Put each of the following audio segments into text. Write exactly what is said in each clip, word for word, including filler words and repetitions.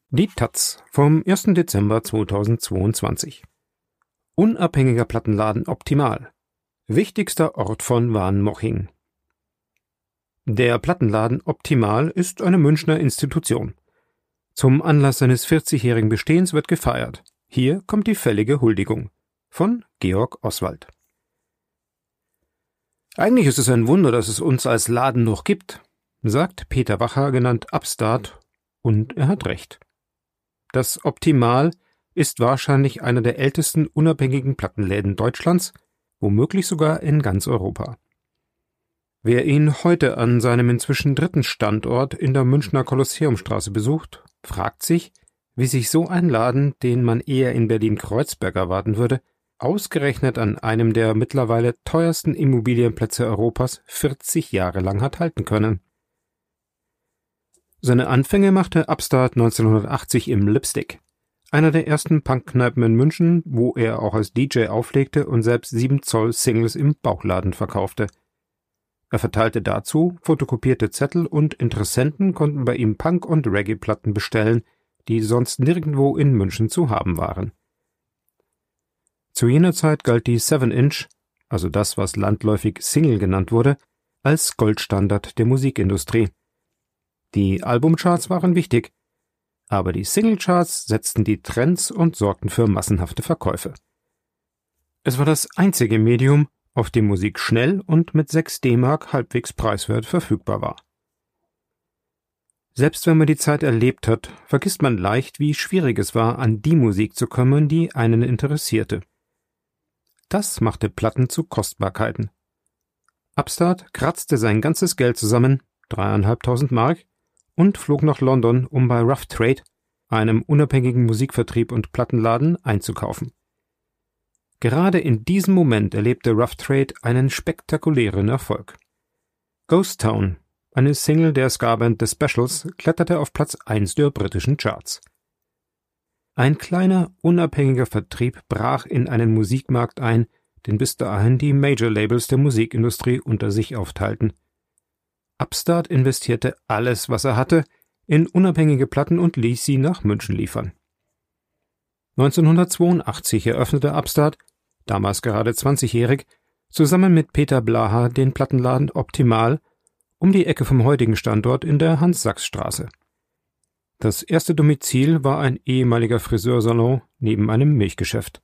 Die Taz vom ersten Dezember zweitausendzweiundzwanzig. Unabhängiger Plattenladen Optimal. Wichtigster Ort von Wahnmoching. Der Plattenladen Optimal ist eine Münchner Institution. Zum Anlass seines vierzigjährigen Bestehens wird gefeiert. Hier kommt die fällige Huldigung. Von Georg Oswald. Eigentlich ist es ein Wunder, dass es uns als Laden noch gibt, sagt Peter Wacher, genannt Upstart, und er hat recht. Das Optimal ist wahrscheinlich einer der ältesten unabhängigen Plattenläden Deutschlands, womöglich sogar in ganz Europa. Wer ihn heute an seinem inzwischen dritten Standort in der Münchner Kolosseumstraße besucht, fragt sich, wie sich so ein Laden, den man eher in Berlin-Kreuzberg erwarten würde, ausgerechnet an einem der mittlerweile teuersten Immobilienplätze Europas vierzig Jahre lang hat halten können. Seine Anfänge machte Upstart neunzehnhundertachtzig im Lipstick, einer der ersten Punkkneipen in München, wo er auch als D J auflegte und selbst sieben Zoll Singles im Bauchladen verkaufte. Er verteilte dazu fotokopierte Zettel und Interessenten konnten bei ihm Punk- und Reggae-Platten bestellen, die sonst nirgendwo in München zu haben waren. Zu jener Zeit galt die Seven Inch, also das, was landläufig Single genannt wurde, als Goldstandard der Musikindustrie. Die Albumcharts waren wichtig, aber die Singlecharts setzten die Trends und sorgten für massenhafte Verkäufe. Es war das einzige Medium, auf dem Musik schnell und mit sechs D-Mark halbwegs preiswert verfügbar war. Selbst wenn man die Zeit erlebt hat, vergisst man leicht, wie schwierig es war, an die Musik zu kommen, die einen interessierte. Das machte Platten zu Kostbarkeiten. Upstart kratzte sein ganzes Geld zusammen, dreieinhalbtausend Mark, und flog nach London, um bei Rough Trade, einem unabhängigen Musikvertrieb und Plattenladen, einzukaufen. Gerade in diesem Moment erlebte Rough Trade einen spektakulären Erfolg. Ghost Town, eine Single der Ska-Band The Specials, kletterte auf Platz eins der britischen Charts. Ein kleiner, unabhängiger Vertrieb brach in einen Musikmarkt ein, den bis dahin die Major-Labels der Musikindustrie unter sich aufteilten. Upstart investierte alles, was er hatte, in unabhängige Platten und ließ sie nach München liefern. neunzehnhundertzweiundachtzig eröffnete Upstart, damals gerade zwanzigjährig, zusammen mit Peter Blaha den Plattenladen Optimal um die Ecke vom heutigen Standort in der Hans-Sachs-Straße. Das erste Domizil war ein ehemaliger Friseursalon neben einem Milchgeschäft.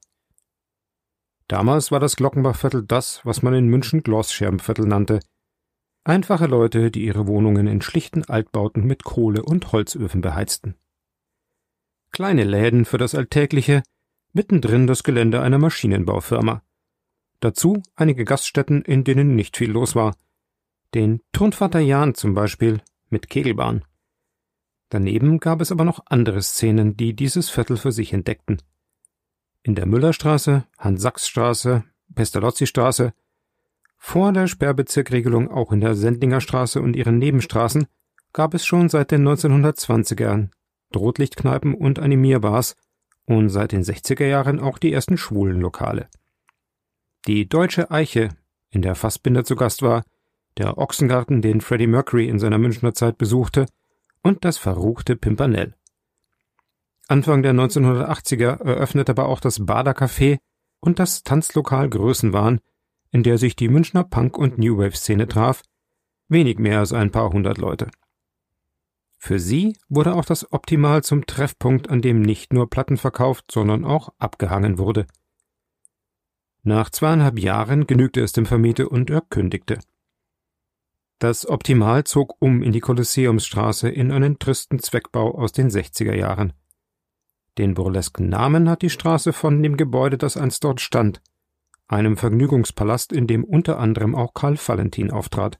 Damals war das Glockenbachviertel das, was man in München Glosscherbenviertel nannte. Einfache Leute, die ihre Wohnungen in schlichten Altbauten mit Kohle- und Holzöfen beheizten. Kleine Läden für das Alltägliche, mittendrin das Gelände einer Maschinenbaufirma. Dazu einige Gaststätten, in denen nicht viel los war. Den Turnvater Jan zum Beispiel mit Kegelbahn. Daneben gab es aber noch andere Szenen, die dieses Viertel für sich entdeckten. In der Müllerstraße, Hans-Sachs-Straße, Pestalozzi-Straße, vor der Sperrbezirkregelung auch in der Sendlinger Straße und ihren Nebenstraßen gab es schon seit den neunzehnhundertzwanzigern Rotlichtkneipen und Animierbars und seit den sechziger Jahren auch die ersten schwulen Lokale. Die Deutsche Eiche, in der Fassbinder zu Gast war, der Ochsengarten, den Freddie Mercury in seiner Münchner Zeit besuchte, und das verruchte Pimpernel. Anfang der neunzehnhundertachtziger eröffnete aber auch das Bader-Café und das Tanzlokal Größenwahn, in der sich die Münchner Punk- und New-Wave-Szene traf, wenig mehr als ein paar hundert Leute. Für sie wurde auch das Optimal zum Treffpunkt, an dem nicht nur Platten verkauft, sondern auch abgehangen wurde. Nach zweieinhalb Jahren genügte es dem Vermieter und er kündigte. Das Optimal zog um in die Kolosseumsstraße in einen tristen Zweckbau aus den sechziger Jahren. Den burlesken Namen hat die Straße von dem Gebäude, das einst dort stand, einem Vergnügungspalast, in dem unter anderem auch Karl Valentin auftrat.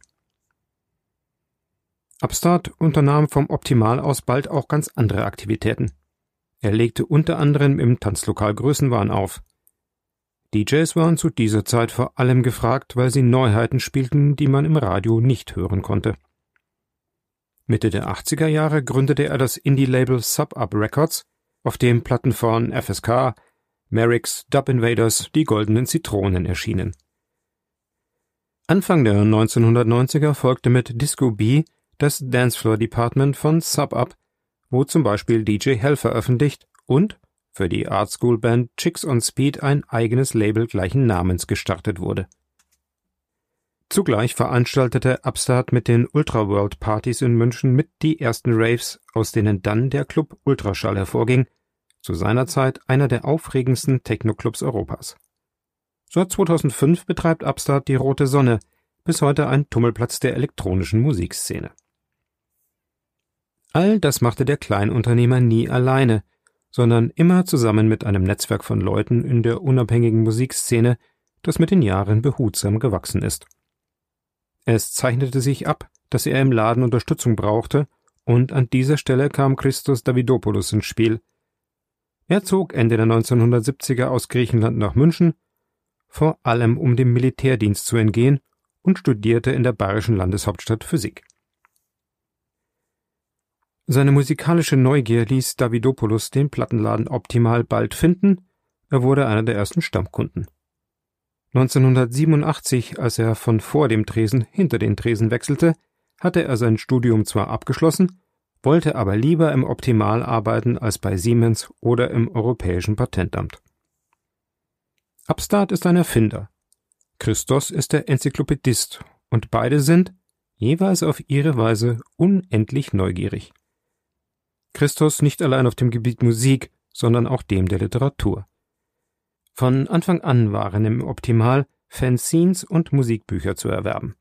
Upstart unternahm vom Optimal aus bald auch ganz andere Aktivitäten. Er legte unter anderem im Tanzlokal Größenwahn auf. D Js waren zu dieser Zeit vor allem gefragt, weil sie Neuheiten spielten, die man im Radio nicht hören konnte. Mitte der achtziger Jahre gründete er das Indie-Label Sub-Up Records, auf dem Platten von F S K, Merricks, Dub Invaders, die Goldenen Zitronen erschienen. Anfang der neunzehnhundertneunziger folgte mit Disco B das Dancefloor Department von Sub-Up, wo zum Beispiel D J Hell veröffentlicht und für die Art School Band Chicks on Speed ein eigenes Label gleichen Namens gestartet wurde. Zugleich veranstaltete Upstart mit den Ultraworld Partys in München mit die ersten Raves, aus denen dann der Club Ultraschall hervorging, zu seiner Zeit einer der aufregendsten Techno-Clubs Europas. Seit zweitausendfünf betreibt Upstart die Rote Sonne, bis heute ein Tummelplatz der elektronischen Musikszene. All das machte der Kleinunternehmer nie alleine, sondern immer zusammen mit einem Netzwerk von Leuten in der unabhängigen Musikszene, das mit den Jahren behutsam gewachsen ist. Es zeichnete sich ab, dass er im Laden Unterstützung brauchte, und an dieser Stelle kam Christos Davidopoulos ins Spiel. Er zog Ende der neunzehnhundertsiebziger aus Griechenland nach München, vor allem um dem Militärdienst zu entgehen, und studierte in der bayerischen Landeshauptstadt Physik. Seine musikalische Neugier ließ Davidopoulos den Plattenladen Optimal bald finden, er wurde einer der ersten Stammkunden. neunzehnhundertsiebenundachtzig, als er von vor dem Tresen hinter den Tresen wechselte, hatte er sein Studium zwar abgeschlossen, wollte aber lieber im Optimal arbeiten als bei Siemens oder im Europäischen Patentamt. Upstart ist ein Erfinder, Christos ist der Enzyklopädist, und beide sind, jeweils auf ihre Weise, unendlich neugierig. Christos nicht allein auf dem Gebiet Musik, sondern auch dem der Literatur. Von Anfang an waren im Optimal Fanzines und Musikbücher zu erwerben.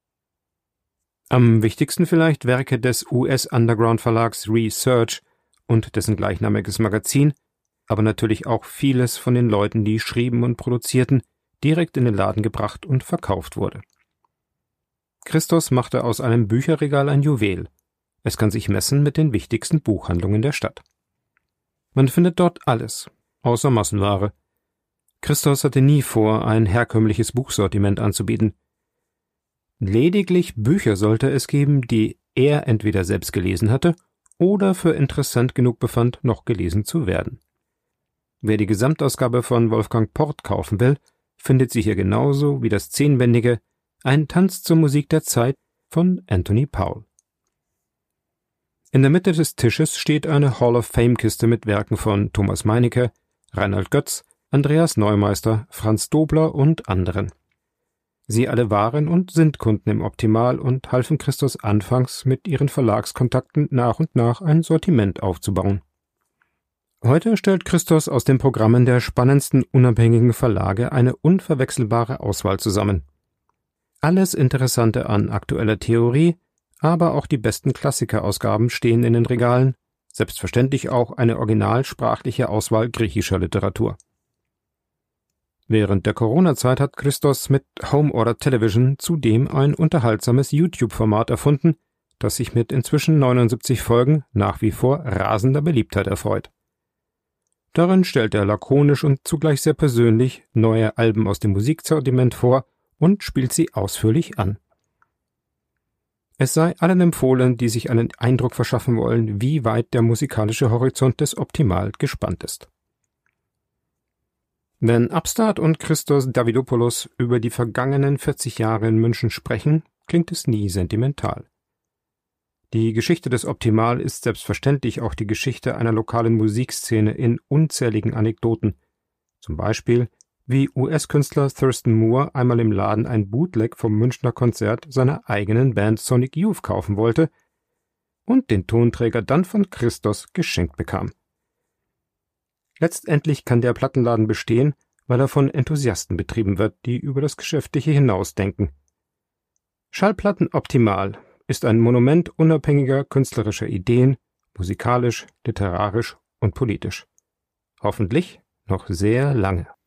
Am wichtigsten vielleicht Werke des U S-Underground-Verlags Research und dessen gleichnamiges Magazin, aber natürlich auch vieles von den Leuten, die schrieben und produzierten, direkt in den Laden gebracht und verkauft wurde. Christos machte aus einem Bücherregal ein Juwel. Es kann sich messen mit den wichtigsten Buchhandlungen der Stadt. Man findet dort alles, außer Massenware. Christos hatte nie vor, ein herkömmliches Buchsortiment anzubieten. Lediglich Bücher sollte es geben, die er entweder selbst gelesen hatte oder für interessant genug befand, noch gelesen zu werden. Wer die Gesamtausgabe von Wolfgang Port kaufen will, findet sie hier genauso wie das zehnbändige Ein Tanz zur Musik der Zeit von Anthony Powell. In der Mitte des Tisches steht eine Hall-of-Fame-Kiste mit Werken von Thomas Meinecke, Reinhard Götz, Andreas Neumeister, Franz Dobler und anderen. Sie alle waren und sind Kunden im Optimal und halfen Christos anfangs mit ihren Verlagskontakten nach und nach ein Sortiment aufzubauen. Heute stellt Christos aus den Programmen der spannendsten unabhängigen Verlage eine unverwechselbare Auswahl zusammen. Alles Interessante an aktueller Theorie, aber auch die besten Klassikerausgaben stehen in den Regalen, selbstverständlich auch eine originalsprachliche Auswahl griechischer Literatur. Während der Corona-Zeit hat Christos mit Home Order Television zudem ein unterhaltsames YouTube-Format erfunden, das sich mit inzwischen neunundsiebzig Folgen nach wie vor rasender Beliebtheit erfreut. Darin stellt er lakonisch und zugleich sehr persönlich neue Alben aus dem Musiksortiment vor und spielt sie ausführlich an. Es sei allen empfohlen, die sich einen Eindruck verschaffen wollen, wie weit der musikalische Horizont des Optimal gespannt ist. Wenn Upstart und Christos Davidopoulos über die vergangenen vierzig Jahre in München sprechen, klingt es nie sentimental. Die Geschichte des Optimal ist selbstverständlich auch die Geschichte einer lokalen Musikszene in unzähligen Anekdoten. Zum Beispiel, wie U S-Künstler Thurston Moore einmal im Laden ein Bootleg vom Münchner Konzert seiner eigenen Band Sonic Youth kaufen wollte und den Tonträger dann von Christos geschenkt bekam. Letztendlich kann der Plattenladen bestehen, weil er von Enthusiasten betrieben wird, die über das Geschäftliche hinausdenken. Schallplatten Optimal ist ein Monument unabhängiger künstlerischer Ideen, musikalisch, literarisch und politisch. Hoffentlich noch sehr lange.